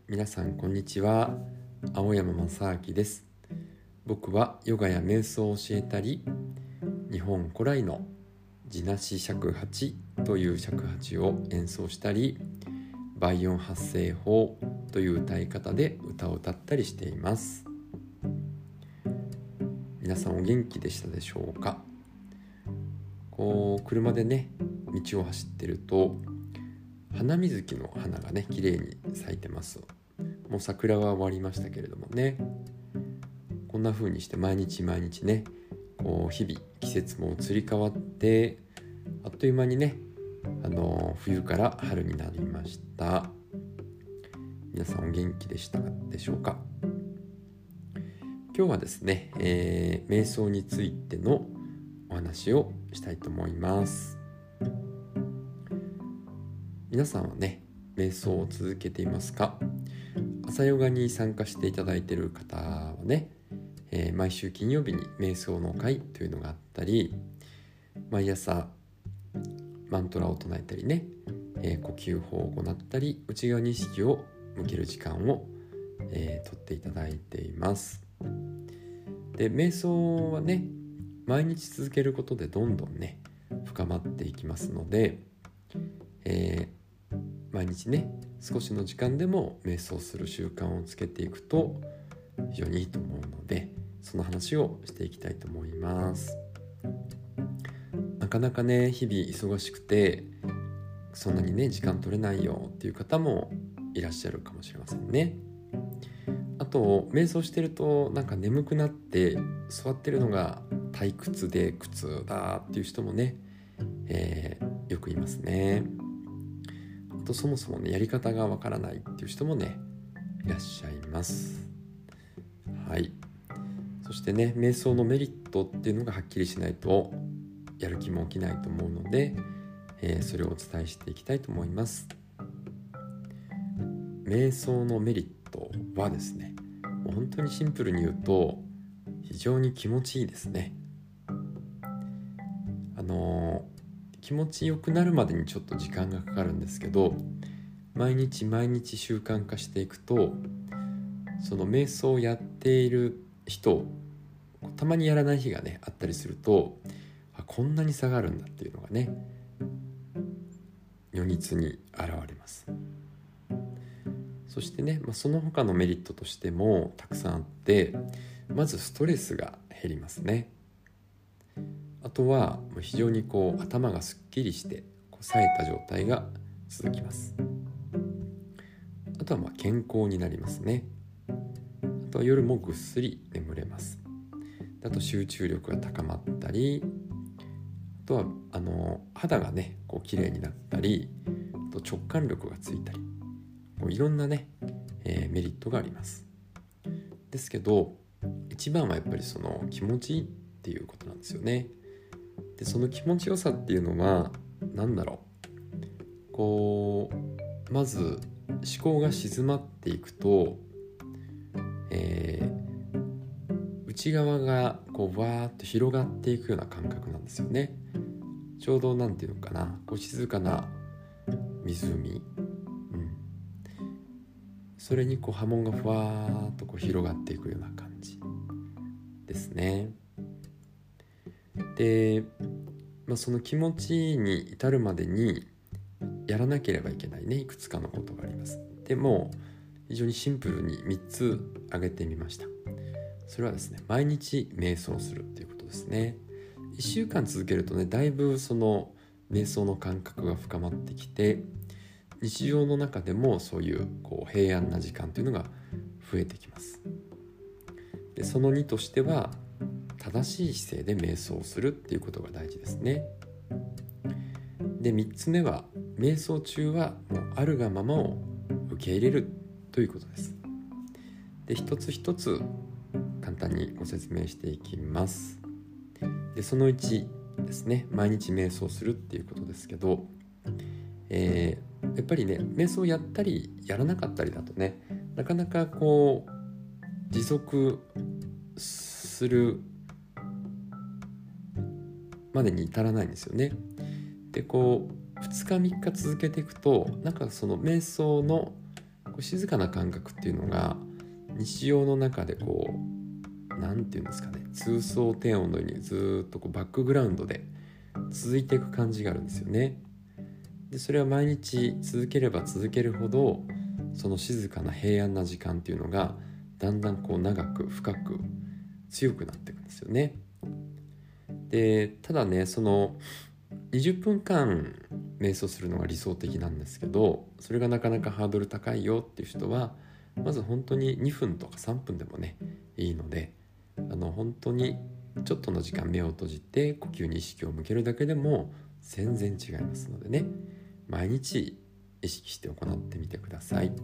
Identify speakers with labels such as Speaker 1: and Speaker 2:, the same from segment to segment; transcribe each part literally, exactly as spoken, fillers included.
Speaker 1: 皆さんこんにちは。青山正明です。僕はヨガや瞑想を教えたり、日本古来の地なし尺八という尺八を演奏したり、倍音発声法という歌い方で歌を歌ったりしています。皆さんお元気でしたでしょうか。こう車でね道を走ってると花水木の花がね綺麗に咲いてます。もう桜は終わりましたけれどもね、こんな風にして毎日毎日ねこう日々季節も移り変わって、あっという間にねあの冬から春になりました。皆さんお元気でしたでしょうか。今日はですね、えー、瞑想についてのお話をしたいと思います。皆さんはね瞑想を続けていますか。朝ヨガに参加していただいている方はね、えー、毎週金曜日に瞑想の会というのがあったり、毎朝マントラを唱えたりね、えー、呼吸法を行ったり、内側に意識を向ける時間を、えー、とっていただいています。で、瞑想はね毎日続けることでどんどんね深まっていきますので、えー、毎日ね少しの時間でも瞑想する習慣をつけていくと非常にいいと思うので、その話をしていきたいと思います。なかなかね日々忙しくてそんなにね時間取れないよっていう方もいらっしゃるかもしれませんね。あと瞑想してるとなんか眠くなって座ってるのが退屈で苦痛だっていう人もね、えー、よくいますね。あとそもそもねやり方がわからないっていう人もねいらっしゃいます。はい。そしてね瞑想のメリットっていうのがはっきりしないとやる気も起きないと思うので、えー、それをお伝えしていきたいと思います。瞑想のメリットはですね、もう本当にシンプルに言うと非常に気持ちいいですね。あのー、気持ちよくなるまでにちょっと時間がかかるんですけど、毎日毎日習慣化していくと、その瞑想をやっている人、たまにやらない日がねあったりすると、あこんなに差があるんだっていうのがね如実に現れます。そしてね、まあ、その他のメリットとしてもたくさんあって、まずストレスが減りますね。あとは非常にこう頭がすっきりしてこう冴えた状態が続きます。あとはまあ健康になりますね。あとは夜もぐっすり眠れます。あと集中力が高まったり、あとはあの肌がねこう綺麗になったり、あと直感力がついたり、こういろんなね、えー、メリットがあります。ですけど一番はやっぱりその気持ちいいっていうことなんですよね。でその気持ちよさっていうのは何だろう、こうまず思考が静まっていくと、えー、内側がこうわーっと広がっていくような感覚なんですよね。ちょうどなんていうのかな、こう静かな湖、うん、それにこう波紋がふわーっとこう広がっていくような感じですね。で、まあ、その気持ちに至るまでにやらなければいけないねいくつかのことがあります。でも非常にシンプルにみっつ挙げてみました。それはですね、毎日瞑想するっていうことですね。いっしゅうかん続けるとねだいぶその瞑想の感覚が深まってきて、日常の中でもそういうこう平安な時間というのが増えてきます。でそのにとしては正しい姿勢で瞑想するっていうことが大事ですね。でみっつめは瞑想中はもうあるがままを受け入れるということです。で一つ一つ簡単にご説明していきます。でそのいちですね、毎日瞑想するっていうことですけど、えー、やっぱりね瞑想やったりやらなかったりだとねなかなかこう持続するまでに至らないんですよね。でこうふつかみっか続けていくとなんかその瞑想のう静かな感覚っていうのが日常の中でこうなんていうんですかね、通奏低音のようにずっとこうバックグラウンドで続いていく感じがあるんですよね。でそれは毎日続ければ続けるほどその静かな平安な時間っていうのがだんだんこう長く深く強くなっていくんですよね。でただね、そのにじゅっぷんかん瞑想するのが理想的なんですけど、それがなかなかハードル高いよっていう人はまず本当ににふんとかさんぷんでもねいいので、あの本当にちょっとの時間目を閉じて呼吸に意識を向けるだけでも全然違いますのでね、毎日意識して行ってみてください。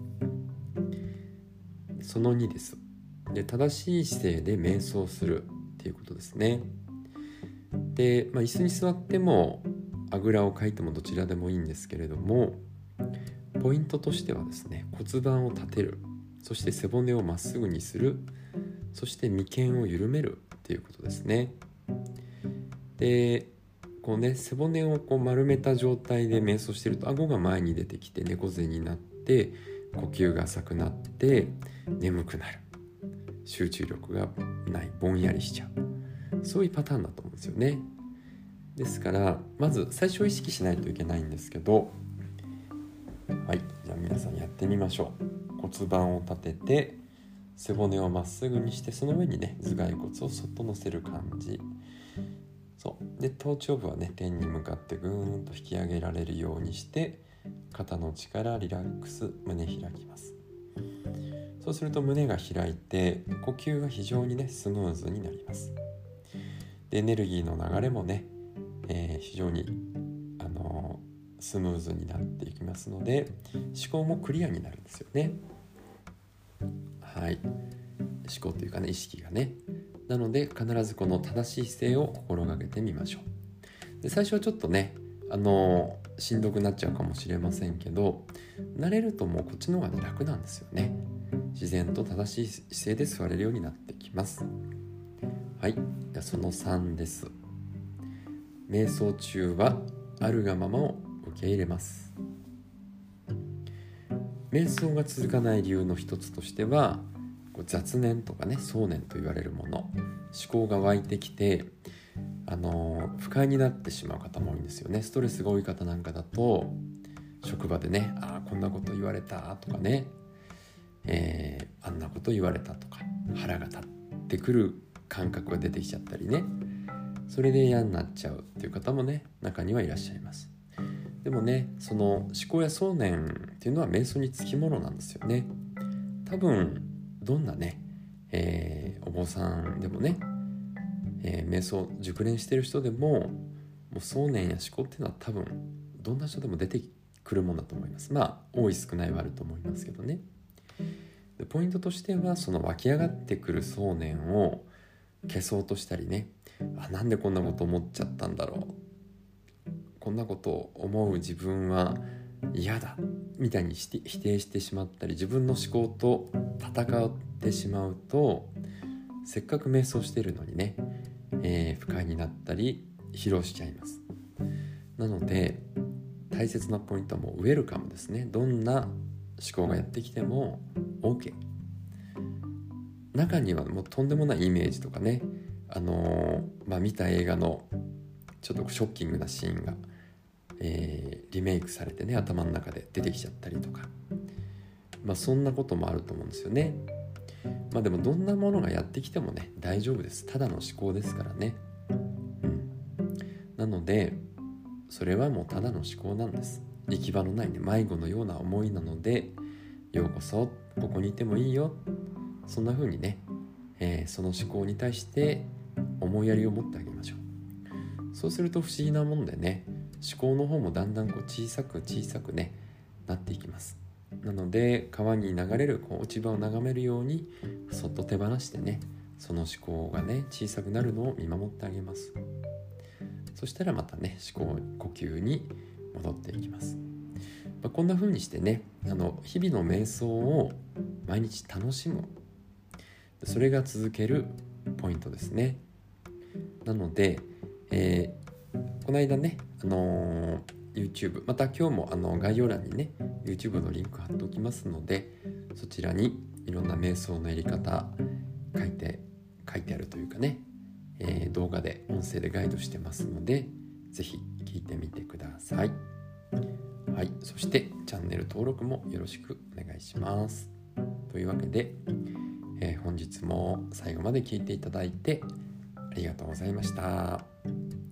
Speaker 1: そのにです。で正しい姿勢で瞑想するっていうことですね。で、まあ、椅子に座ってもあぐらをかいてもどちらでもいいんですけれども、ポイントとしてはですね、骨盤を立てる、そして背骨をまっすぐにする、そして眉間を緩めるっていうことですね。でこうね、背骨をこう丸めた状態で瞑想していると顎が前に出てきて猫背になって呼吸が浅くなって眠くなる、集中力がない、ぼんやりしちゃう、そういうパターンだと思うんですよね。ですからまず最初意識しないといけないんですけど、はい、じゃあ皆さんやってみましょう。骨盤を立てて背骨をまっすぐにして、その上にね頭蓋骨をそっと乗せる感じ。そうで頭頂部はね天に向かってぐーんと引き上げられるようにして肩の力リラックス、胸開きます。そうすると胸が開いて呼吸が非常にねスムーズになります。でエネルギーの流れもね、えー、非常にあのー、スムーズになっていきますので思考もクリアになるんですよね。はい、思考というかね意識がね。なので必ずこの正しい姿勢を心がけてみましょう。で最初はちょっとねあのー、しんどくなっちゃうかもしれませんけど、慣れるともうこっちの方が、ね、楽なんですよね。自然と正しい姿勢で座れるようになってきます。はい、じゃそのさんです。瞑想中はあるがままを受け入れます。瞑想が続かない理由の一つとしては、雑念とかね想念と言われるもの、思考が湧いてきてあの不快になってしまう方も多いんですよね。ストレスが多い方なんかだと職場でね、ああこんなこと言われたとかね、えー、あんなこと言われたとか腹が立ってくる感覚が出てきちゃったりね、それで嫌になっちゃうっていう方もね中にはいらっしゃいます。でもね、その思考や想念っていうのは瞑想につきものなんですよね。多分どんなね、えー、お坊さんでもね、えー、瞑想熟練してる人でも、もう想念や思考っていうのは多分どんな人でも出てくるものだと思います。まあ多い少ないはあると思いますけどね。でポイントとしてはその湧き上がってくる想念を消そうとしたりね、あなんでこんなこと思っちゃったんだろう、こんなことを思う自分は嫌だみたいにして否定してしまったり、自分の思考と戦ってしまうとせっかく瞑想しているのにね、えー、不快になったり疲労しちゃいます。なので大切なポイントはもうウェルカムですね。どんな思考がやってきても OK。 中にはもうとんでもないイメージとかね、あのーまあ、見た映画のちょっとショッキングなシーンが、えー、リメイクされてね頭の中で出てきちゃったりとか、まあ、そんなこともあると思うんですよね。まあでもどんなものがやってきてもね大丈夫です。ただの思考ですからね、うん、なのでそれはもうただの思考なんです。行き場のないね迷子のような思いなので、ようこそここにいてもいいよ、そんな風にね、えー、その思考に対して思いやりを持ってあげましょう。そうすると不思議なもんでね、思考の方もだんだんこう小さく小さくねなっていきます。なので川に流れるこう落ち葉を眺めるようにそっと手放してね、その思考がね小さくなるのを見守ってあげます。そしたらまたね思考呼吸に戻っていきます。まあ、こんな風にしてね、あの日々の瞑想を毎日楽しむ、それが続けるポイントですね。なので、えー、この間ね、あのー、 YouTube、 また今日もあの概要欄にね YouTube のリンク貼っておきますので、そちらにいろんな瞑想のやり方書いて書いてあるというかね、えー、動画で音声でガイドしてますので、ぜひ聞いてみてください。はい、そしてチャンネル登録もよろしくお願いします。というわけで、えー、本日も最後まで聞いていただいてありがとうございました。